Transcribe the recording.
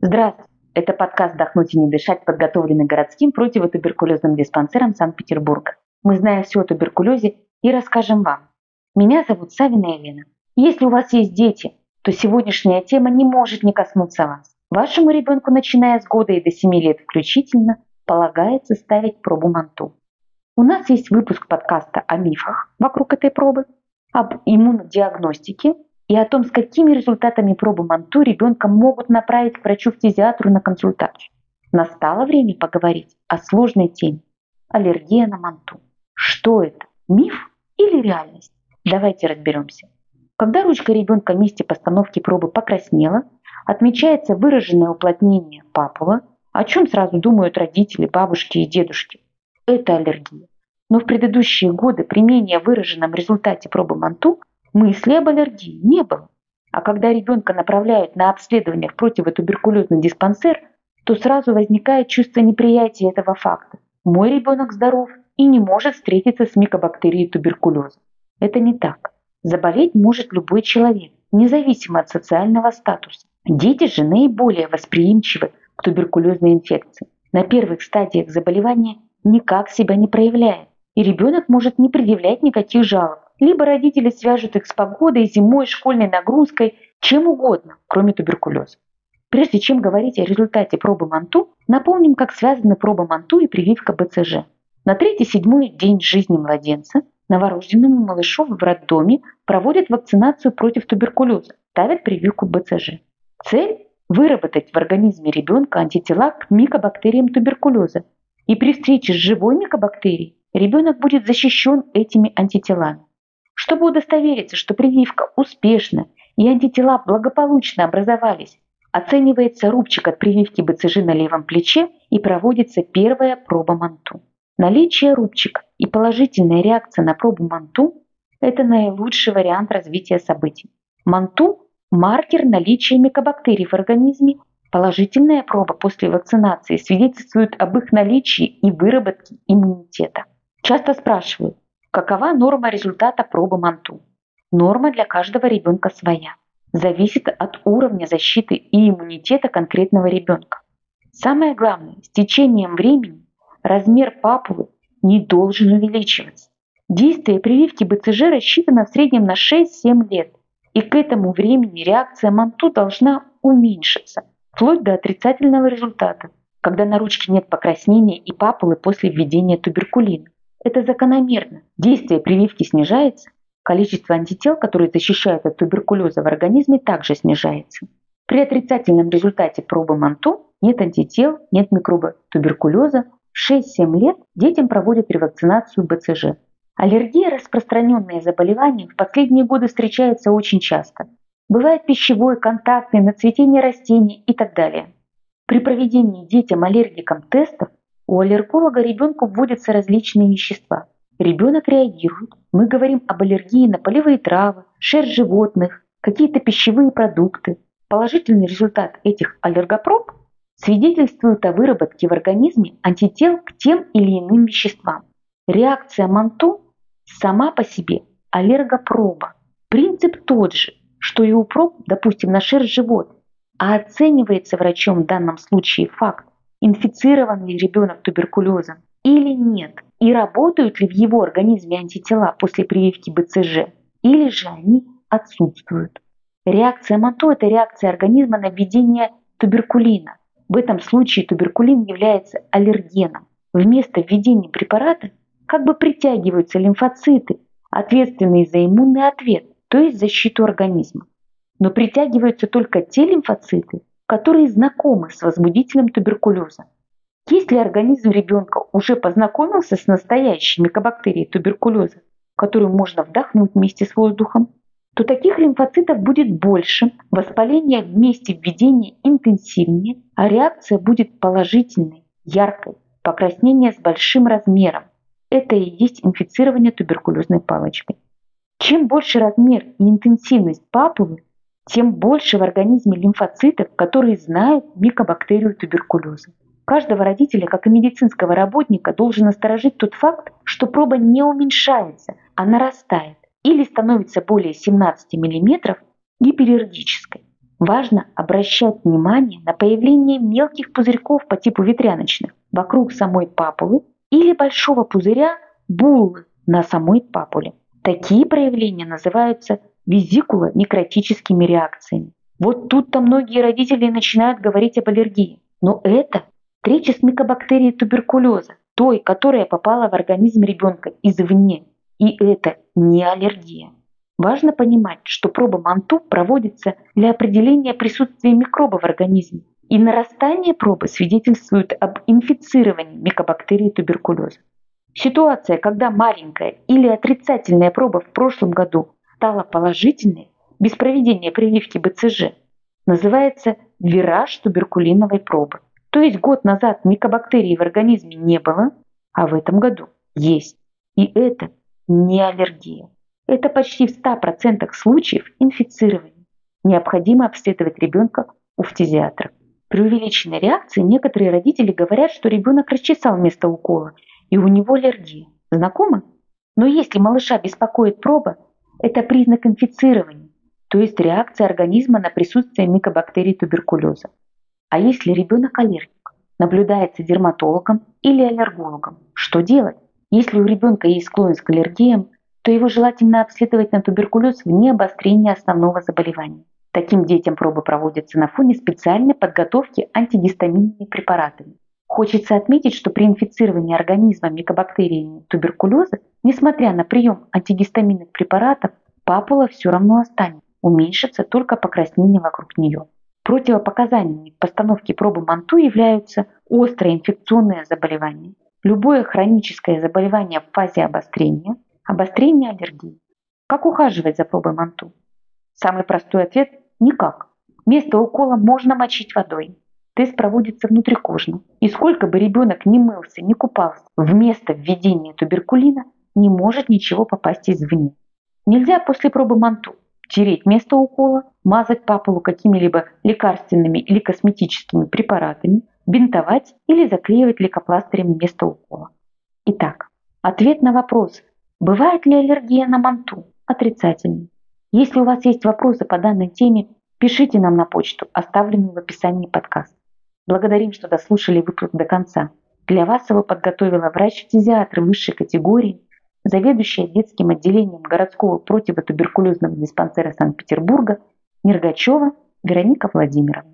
Здравствуйте! Это подкаст «Вдохнуть и не дышать», подготовленный городским противотуберкулезным диспансером Санкт-Петербурга. Мы знаем все о туберкулезе и расскажем вам. Меня зовут Савина Елена. Если у вас есть дети, то сегодняшняя тема не может не коснуться вас. Вашему ребенку, начиная с года и до 7 лет включительно, полагается ставить пробу МАНТУ. У нас есть выпуск подкаста о мифах вокруг этой пробы, об иммунодиагностике и о том, с какими результатами пробы МАНТУ ребенка могут направить к врачу-фтизиатру на консультацию. Настало время поговорить о сложной теме – аллергия на МАНТУ. Что это? Миф или реальность? Давайте разберемся. Когда ручка ребенка в месте постановки пробы покраснела, отмечается выраженное уплотнение папулы, о чем сразу думают родители, бабушки и дедушки. Это аллергия. Но в предыдущие годы при менее выраженном результате пробы МАНТУ мысли об аллергии не было. А когда ребенка направляют на обследование в противотуберкулезный диспансер, то сразу возникает чувство неприятия этого факта. Мой ребенок здоров и не может встретиться с микобактерией туберкулеза. Это не так. Заболеть может любой человек, независимо от социального статуса. Дети же наиболее восприимчивы к туберкулезной инфекции. На первых стадиях заболевания никак себя не проявляет, и ребенок может не предъявлять никаких жалоб. Либо родители свяжут их с погодой, зимой, школьной нагрузкой, чем угодно, кроме туберкулеза. Прежде чем говорить о результате пробы МАНТУ, напомним, как связаны проба МАНТУ и прививка БЦЖ. На 3-7 день жизни младенца новорожденному малышу в роддоме проводят вакцинацию против туберкулеза, ставят прививку БЦЖ. Цель – выработать в организме ребенка антитела к микобактериям туберкулеза. И при встрече с живой микобактерией ребенок будет защищен этими антителами. Чтобы удостовериться, что прививка успешна и антитела благополучно образовались, оценивается рубчик от прививки БЦЖ на левом плече и проводится первая проба МАНТУ. Наличие рубчика и положительная реакция на пробу МАНТУ – это наилучший вариант развития событий. МАНТУ – маркер наличия микобактерий в организме. Положительная проба после вакцинации свидетельствует об их наличии и выработке иммунитета. Часто спрашивают, какова норма результата пробы МАНТУ? Норма для каждого ребенка своя. Зависит от уровня защиты и иммунитета конкретного ребенка. Самое главное, с течением времени размер папулы не должен увеличиваться. Действие прививки БЦЖ рассчитано в среднем на 6-7 лет, и к этому времени реакция МАНТУ должна уменьшиться, вплоть до отрицательного результата, когда на ручке нет покраснения и папулы после введения туберкулина. Это закономерно. Действие прививки снижается, количество антител, которые защищают от туберкулеза в организме, также снижается. При отрицательном результате пробы МАНТУ нет антител, нет микроба туберкулеза. В 6-7 лет детям проводят ревакцинацию БЦЖ. Аллергия – распространенное заболевание, в последние годы встречается очень часто. Бывает пищевой, контактный, на цветение растений и так далее. При проведении детям-аллергикам тестов у аллерголога ребенку вводятся различные вещества. Ребенок реагирует. Мы говорим об аллергии на полевые травы, шерсть животных, какие-то пищевые продукты. Положительный результат этих аллергопроб свидетельствует о выработке в организме антител к тем или иным веществам. Реакция МАНТУ сама по себе аллергопроба. Принцип тот же, что и у проб, допустим, на шерсть животных, а оценивается врачом в данном случае факт, инфицирован ли ребенок туберкулезом или нет, и работают ли в его организме антитела после прививки БЦЖ, или же они отсутствуют. Реакция МАНТУ – это реакция организма на введение туберкулина. В этом случае туберкулин является аллергеном. Вместо введения препарата как бы притягиваются лимфоциты, ответственные за иммунный ответ, то есть защиту организма. Но притягиваются только те лимфоциты, которые знакомы с возбудителем туберкулеза. Если организм ребенка уже познакомился с настоящей микобактерией туберкулеза, которую можно вдохнуть вместе с воздухом, то таких лимфоцитов будет больше, воспаление в месте введения интенсивнее, а реакция будет положительной, яркой, покраснение с большим размером. Это и есть инфицирование туберкулезной палочкой. Чем больше размер и интенсивность папулы, тем больше в организме лимфоцитов, которые знают микобактерию туберкулеза. Каждого родителя, как и медицинского работника, должен насторожить тот факт, что проба не уменьшается, а нарастает или становится более 17 мм гиперергической. Важно обращать внимание на появление мелких пузырьков по типу ветряночных вокруг самой папулы или большого пузыря буллы на самой папуле. Такие проявления называются визикулонекротическими реакциями. Вот тут-то многие родители начинают говорить об аллергии. Но это встреча с микобактерией туберкулеза, той, которая попала в организм ребенка извне. И это не аллергия. Важно понимать, что проба МАНТУ проводится для определения присутствия микроба в организме, и нарастание пробы свидетельствует об инфицировании микобактерией туберкулеза. Ситуация, когда маленькая или отрицательная проба в прошлом году стала положительной без проведения прививки БЦЖ, называется вираж туберкулиновой пробы. То есть год назад микобактерий в организме не было, а в этом году есть. И это не аллергия. Это почти в 100% случаев инфицирования. Необходимо обследовать ребенка у фтизиатра. При увеличенной реакции некоторые родители говорят, что ребенок расчесал место укола, и у него аллергия. Знакомо? Но если малыша беспокоит проба, это признак инфицирования, то есть реакция организма на присутствие микобактерий туберкулеза. А если ребенок аллергик, наблюдается дерматологом или аллергологом, что делать? Если у ребенка есть склонность к аллергиям, то его желательно обследовать на туберкулез вне обострения основного заболевания. Таким детям пробы проводятся на фоне специальной подготовки антигистаминными препаратами. Хочется отметить, что при инфицировании организма микобактериями туберкулеза, несмотря на прием антигистаминных препаратов, папула все равно останется, уменьшится только покраснение вокруг нее. Противопоказаниями к постановке пробы МАНТУ являются острые инфекционные заболевания, любое хроническое заболевание в фазе обострения, обострение аллергии. Как ухаживать за пробой МАНТУ? Самый простой ответ – никак. Место укола можно мочить водой. Тест проводится внутрикожно. И сколько бы ребенок ни мылся, ни купался, в место введения туберкулина не может ничего попасть извне. Нельзя после пробы МАНТУ тереть место укола, мазать папулу какими-либо лекарственными или косметическими препаратами, бинтовать или заклеивать лейкопластырями место укола. Итак, ответ на вопрос, бывает ли аллергия на МАНТУ? Отрицательный. Если у вас есть вопросы по данной теме, пишите нам на почту, оставленную в описании подкаста. Благодарим, что дослушали выпуск до конца. Для вас его подготовила врач-фтизиатр высшей категории, заведующая детским отделением городского противотуберкулезного диспансера Санкт-Петербурга Нергачева Вероника Владимировна.